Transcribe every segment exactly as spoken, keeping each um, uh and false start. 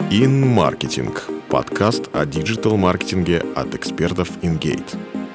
InMarketing – подкаст о диджитал-маркетинге от экспертов InGate.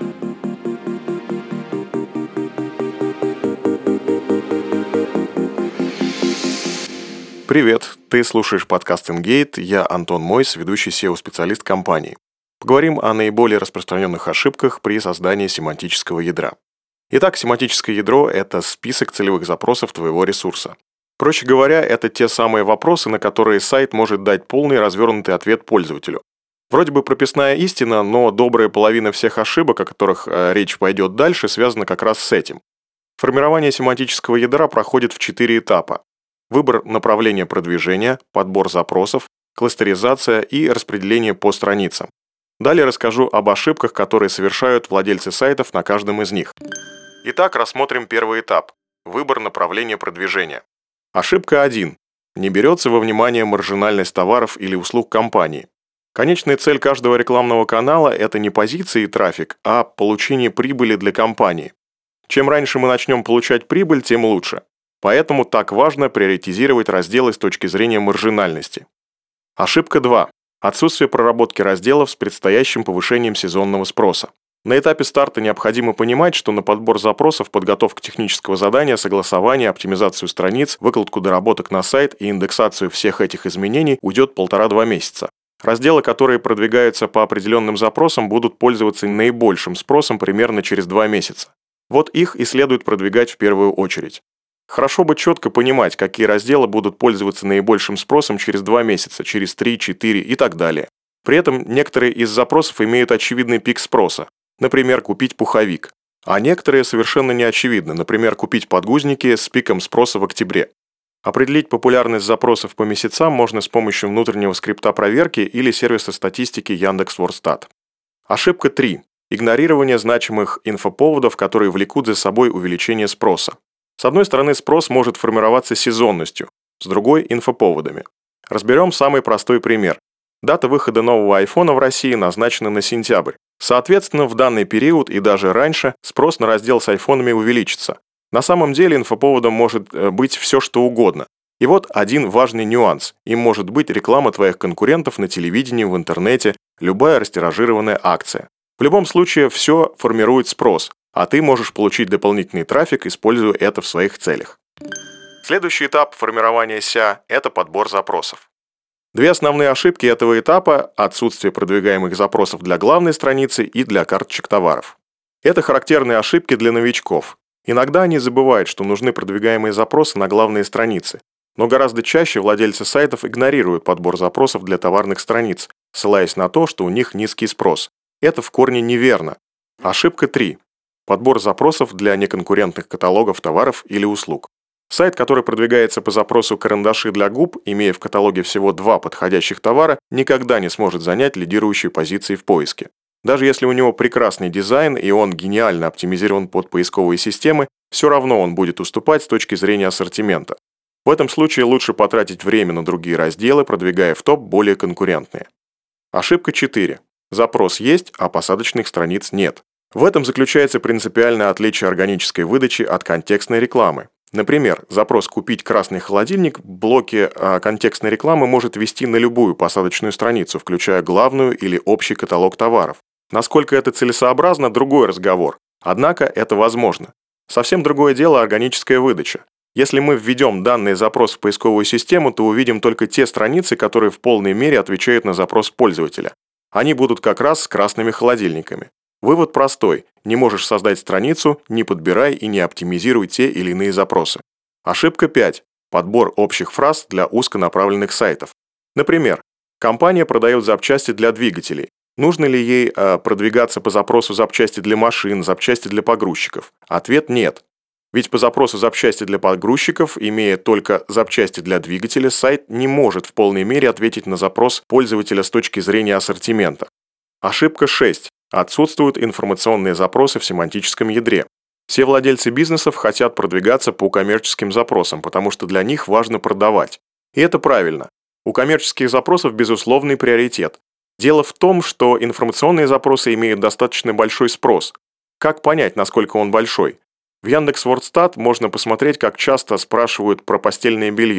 Привет, ты слушаешь подкаст InGate, я Антон Мойс, ведущий сео-специалист компании. Поговорим о наиболее распространенных ошибках при создании семантического ядра. Итак, семантическое ядро – это список целевых запросов твоего ресурса. Проще говоря, это те самые вопросы, на которые сайт может дать полный развернутый ответ пользователю. Вроде бы прописная истина, но добрая половина всех ошибок, о которых э, речь пойдет дальше, связана как раз с этим. Формирование семантического ядра проходит в четыре этапа. Выбор направления продвижения, подбор запросов, кластеризация и распределение по страницам. Далее расскажу об ошибках, которые совершают владельцы сайтов на каждом из них. Итак, рассмотрим первый этап – выбор направления продвижения. Ошибка один. Не берется во внимание маржинальность товаров или услуг компании. Конечная цель каждого рекламного канала – это не позиции и трафик, а получение прибыли для компании. Чем раньше мы начнем получать прибыль, тем лучше. Поэтому так важно приоритизировать разделы с точки зрения маржинальности. Ошибка два. Отсутствие проработки разделов с предстоящим повышением сезонного спроса. На этапе старта необходимо понимать, что на подбор запросов, подготовку технического задания, согласование, оптимизацию страниц, выкладку доработок на сайт и индексацию всех этих изменений уйдет полтора-два месяца. Разделы, которые продвигаются по определенным запросам, будут пользоваться наибольшим спросом примерно через два месяца. Вот их и следует продвигать в первую очередь. Хорошо бы четко понимать, какие разделы будут пользоваться наибольшим спросом через два месяца, через три-четыре и так далее. При этом некоторые из запросов имеют очевидный пик спроса. Например, купить пуховик. А некоторые совершенно не очевидны, например, купить подгузники с пиком спроса в октябре. Определить популярность запросов по месяцам можно с помощью внутреннего скрипта проверки или сервиса статистики Яндекс.Вордстат. Ошибка три. Игнорирование значимых инфоповодов, которые влекут за собой увеличение спроса. С одной стороны, спрос может формироваться сезонностью, с другой – инфоповодами. Разберем самый простой пример. Дата выхода нового айфона в России назначена на сентябрь. Соответственно, в данный период и даже раньше спрос на раздел с айфонами увеличится. На самом деле инфоповодом может быть все что угодно. И вот один важный нюанс. Им может быть реклама твоих конкурентов на телевидении, в интернете, любая растиражированная акция. В любом случае все формирует спрос, а ты можешь получить дополнительный трафик, используя это в своих целях. Следующий этап формирования СЯ – это подбор запросов. Две основные ошибки этого этапа – отсутствие продвигаемых запросов для главной страницы и для карточек товаров. Это характерные ошибки для новичков. Иногда они забывают, что нужны продвигаемые запросы на главные страницы, но гораздо чаще владельцы сайтов игнорируют подбор запросов для товарных страниц, ссылаясь на то, что у них низкий спрос. Это в корне неверно. Ошибка три. Подбор запросов для неконкурентных каталогов товаров или услуг. Сайт, который продвигается по запросу «карандаши для губ», имея в каталоге всего два подходящих товара, никогда не сможет занять лидирующие позиции в поиске. Даже если у него прекрасный дизайн и он гениально оптимизирован под поисковые системы, все равно он будет уступать с точки зрения ассортимента. В этом случае лучше потратить время на другие разделы, продвигая в топ более конкурентные. Ошибка четыре. Запрос есть, а посадочных страниц нет. В этом заключается принципиальное отличие органической выдачи от контекстной рекламы. Например, запрос «Купить красный холодильник» в блоке контекстной рекламы может вести на любую посадочную страницу, включая главную или общий каталог товаров. Насколько это целесообразно – другой разговор. Однако это возможно. Совсем другое дело органическая выдача. Если мы введем данный запрос в поисковую систему, то увидим только те страницы, которые в полной мере отвечают на запрос пользователя. Они будут как раз с красными холодильниками. Вывод простой. Не можешь создать страницу, не подбирай и не оптимизируй те или иные запросы. Ошибка пять. Подбор общих фраз для узконаправленных сайтов. Например, компания продает запчасти для двигателей. Нужно ли ей э, продвигаться по запросу запчасти для машин, запчасти для погрузчиков? Ответ – нет. Ведь по запросу запчасти для погрузчиков, имея только запчасти для двигателя, сайт не может в полной мере ответить на запрос пользователя с точки зрения ассортимента. Ошибка шесть. Отсутствуют информационные запросы в семантическом ядре. Все владельцы бизнесов хотят продвигаться по коммерческим запросам, потому что для них важно продавать. И это правильно. У коммерческих запросов безусловный приоритет. Дело в том, что информационные запросы имеют достаточно большой спрос. Как понять, насколько он большой? В Яндекс.Вордстат можно посмотреть, как часто спрашивают про постельное белье.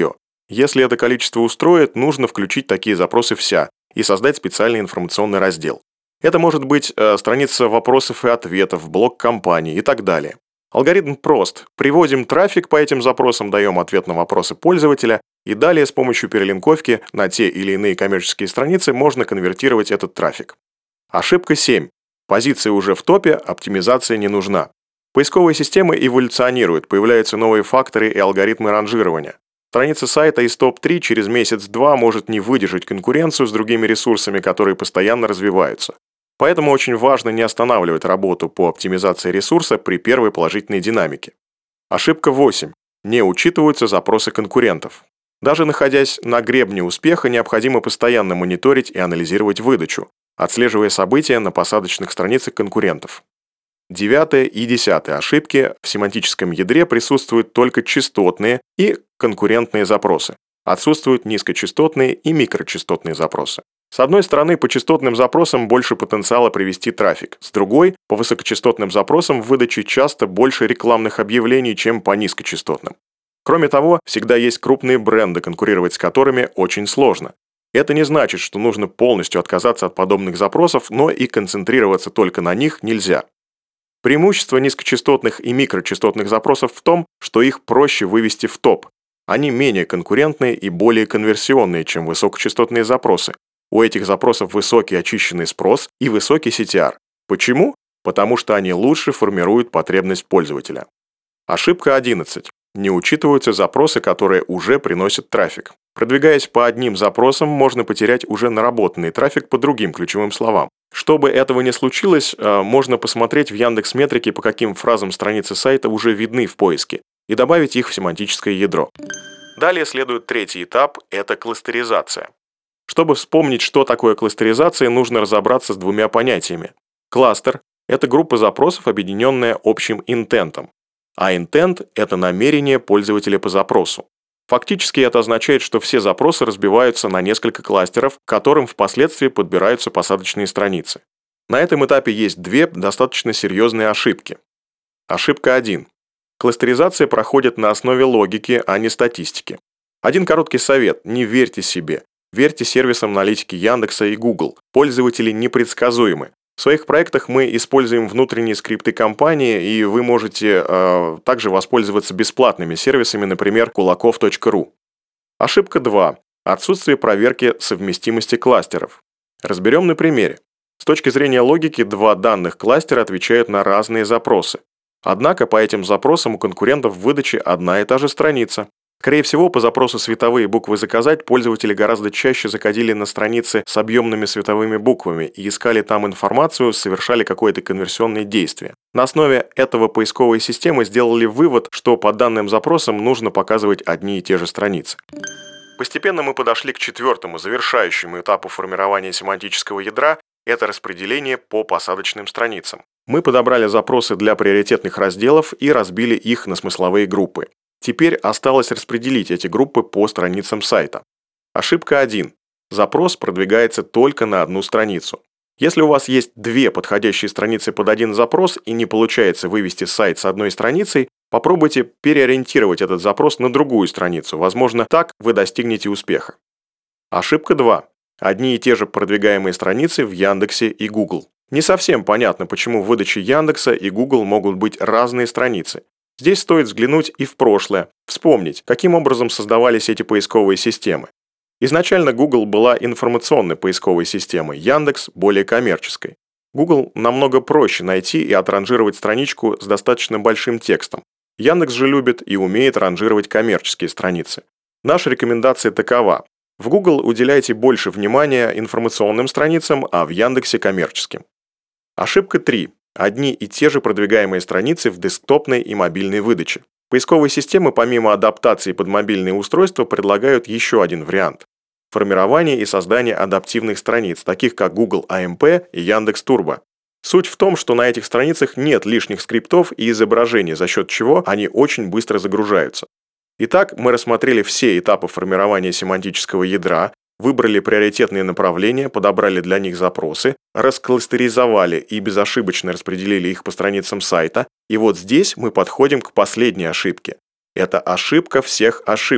Если это количество устроит, нужно включить такие запросы «Вся» и создать специальный информационный раздел. Это может быть э, страница вопросов и ответов, блок компании и так далее. Алгоритм прост. Приводим трафик по этим запросам, даем ответ на вопросы пользователя, и далее с помощью перелинковки на те или иные коммерческие страницы можно конвертировать этот трафик. Ошибка семь. Позиция уже в топе, оптимизация не нужна. Поисковые системы эволюционируют, появляются новые факторы и алгоритмы ранжирования. Страница сайта из топ три через месяц-два может не выдержать конкуренцию с другими ресурсами, которые постоянно развиваются. Поэтому очень важно не останавливать работу по оптимизации ресурса при первой положительной динамике. Ошибка восемь. Не учитываются запросы конкурентов. Даже находясь на гребне успеха, необходимо постоянно мониторить и анализировать выдачу, отслеживая события на посадочных страницах конкурентов. Девятая и десятая ошибки. В семантическом ядре присутствуют только частотные и конкурентные запросы. Отсутствуют низкочастотные и микрочастотные запросы. С одной стороны, по частотным запросам больше потенциала привести трафик. С другой, по высокочастотным запросам в выдаче часто больше рекламных объявлений, чем по низкочастотным. Кроме того, всегда есть крупные бренды, конкурировать с которыми очень сложно. Это не значит, что нужно полностью отказаться от подобных запросов, но и концентрироваться только на них нельзя. Преимущество низкочастотных и микрочастотных запросов в том, что их проще вывести в топ. Они менее конкурентные и более конверсионные, чем высокочастотные запросы. У этих запросов высокий очищенный спрос и высокий си ти ар. Почему? Потому что они лучше формируют потребность пользователя. Ошибка одиннадцать. Не учитываются запросы, которые уже приносят трафик. Продвигаясь по одним запросам, можно потерять уже наработанный трафик по другим ключевым словам. Чтобы этого не случилось, можно посмотреть в Яндекс.Метрике, по каким фразам страницы сайта уже видны в поиске, и добавить их в семантическое ядро. Далее следует третий этап – это кластеризация. Чтобы вспомнить, что такое кластеризация, нужно разобраться с двумя понятиями. Кластер – это группа запросов, объединенная общим интентом. А intent – это намерение пользователя по запросу. Фактически это означает, что все запросы разбиваются на несколько кластеров, к которым впоследствии подбираются посадочные страницы. На этом этапе есть две достаточно серьезные ошибки. Ошибка один. Кластеризация проходит на основе логики, а не статистики. Один короткий совет – не верьте себе. Верьте сервисам аналитики Яндекса и Google. Пользователи непредсказуемы. В своих проектах мы используем внутренние скрипты компании, и вы можете э, также воспользоваться бесплатными сервисами, например, кулаков точка ру. Ошибка два. Отсутствие проверки совместимости кластеров. Разберем на примере. С точки зрения логики, два данных кластера отвечают на разные запросы. Однако по этим запросам у конкурентов в выдаче одна и та же страница. Скорее всего, по запросу «световые буквы заказать» пользователи гораздо чаще заходили на страницы с объемными световыми буквами и искали там информацию, совершали какое-то конверсионное действие. На основе этого поисковые системы сделали вывод, что по данным запросам нужно показывать одни и те же страницы. Постепенно мы подошли к четвертому, завершающему этапу формирования семантического ядра – это распределение по посадочным страницам. Мы подобрали запросы для приоритетных разделов и разбили их на смысловые группы. Теперь осталось распределить эти группы по страницам сайта. Ошибка один. Запрос продвигается только на одну страницу. Если у вас есть две подходящие страницы под один запрос и не получается вывести сайт с одной страницей, попробуйте переориентировать этот запрос на другую страницу. Возможно, так вы достигнете успеха. Ошибка два. Одни и те же продвигаемые страницы в Яндексе и Google. Не совсем понятно, почему в выдаче Яндекса и Google могут быть разные страницы. Здесь стоит взглянуть и в прошлое, вспомнить, каким образом создавались эти поисковые системы. Изначально Google была информационной поисковой системой, Яндекс – более коммерческой. Google намного проще найти и отранжировать страничку с достаточно большим текстом. Яндекс же любит и умеет ранжировать коммерческие страницы. Наша рекомендация такова. В Google уделяйте больше внимания информационным страницам, а в Яндексе – коммерческим. Ошибка три. Одни и те же продвигаемые страницы в десктопной и мобильной выдаче. Поисковые системы помимо адаптации под мобильные устройства предлагают еще один вариант – формирование и создание адаптивных страниц, таких как Google эй эм пи и Яндекс.Турбо. Суть в том, что на этих страницах нет лишних скриптов и изображений, за счет чего они очень быстро загружаются. Итак, мы рассмотрели все этапы формирования семантического ядра, выбрали приоритетные направления, подобрали для них запросы, раскластеризовали и безошибочно распределили их по страницам сайта. И вот здесь мы подходим к последней ошибке. Это ошибка всех ошибок.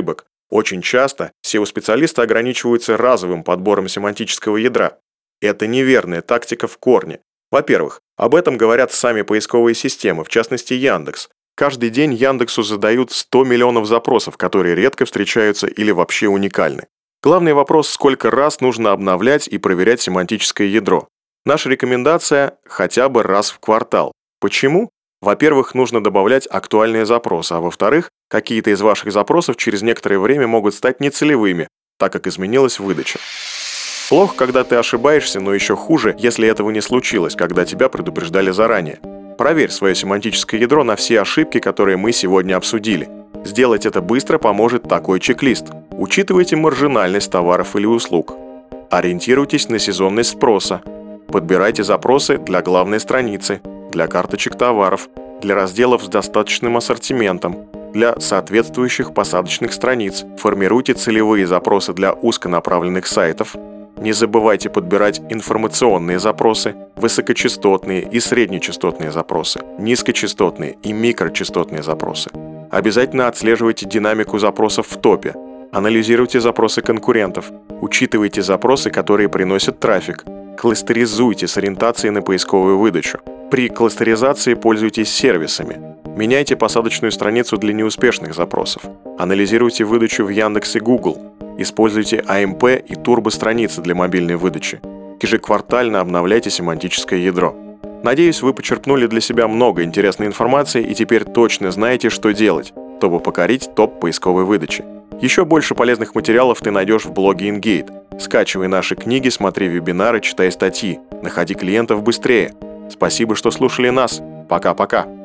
Очень часто эс и о-специалисты ограничиваются разовым подбором семантического ядра. Это неверная тактика в корне. Во-первых, об этом говорят сами поисковые системы, в частности Яндекс. Каждый день Яндексу задают сто миллионов запросов, которые редко встречаются или вообще уникальны. Главный вопрос, сколько раз нужно обновлять и проверять семантическое ядро. Наша рекомендация – хотя бы раз в квартал. Почему? Во-первых, нужно добавлять актуальные запросы, а во-вторых, какие-то из ваших запросов через некоторое время могут стать нецелевыми, так как изменилась выдача. Плохо, когда ты ошибаешься, но еще хуже, если этого не случилось, когда тебя предупреждали заранее. Проверь свое семантическое ядро на все ошибки, которые мы сегодня обсудили. Сделать это быстро поможет такой чек-лист. Учитывайте маржинальность товаров или услуг. Ориентируйтесь на сезонность спроса. Подбирайте запросы для главной страницы, для карточек товаров, для разделов с достаточным ассортиментом, для соответствующих посадочных страниц. Формируйте целевые запросы для узконаправленных сайтов. Не забывайте подбирать информационные запросы, высокочастотные и среднечастотные запросы, низкочастотные и микрочастотные запросы. Обязательно отслеживайте динамику запросов в топе. Анализируйте запросы конкурентов. Учитывайте запросы, которые приносят трафик. Кластеризуйте с ориентацией на поисковую выдачу. При кластеризации пользуйтесь сервисами. Меняйте посадочную страницу для неуспешных запросов. Анализируйте выдачу в Яндекс и Google. Используйте а эм пэ и турбо-страницы для мобильной выдачи. Ежеквартально обновляйте семантическое ядро. Надеюсь, вы почерпнули для себя много интересной информации и теперь точно знаете, что делать, чтобы покорить топ поисковой выдачи. Еще больше полезных материалов ты найдешь в блоге InGate. Скачивай наши книги, смотри вебинары, читай статьи. Находи клиентов быстрее. Спасибо, что слушали нас. Пока-пока.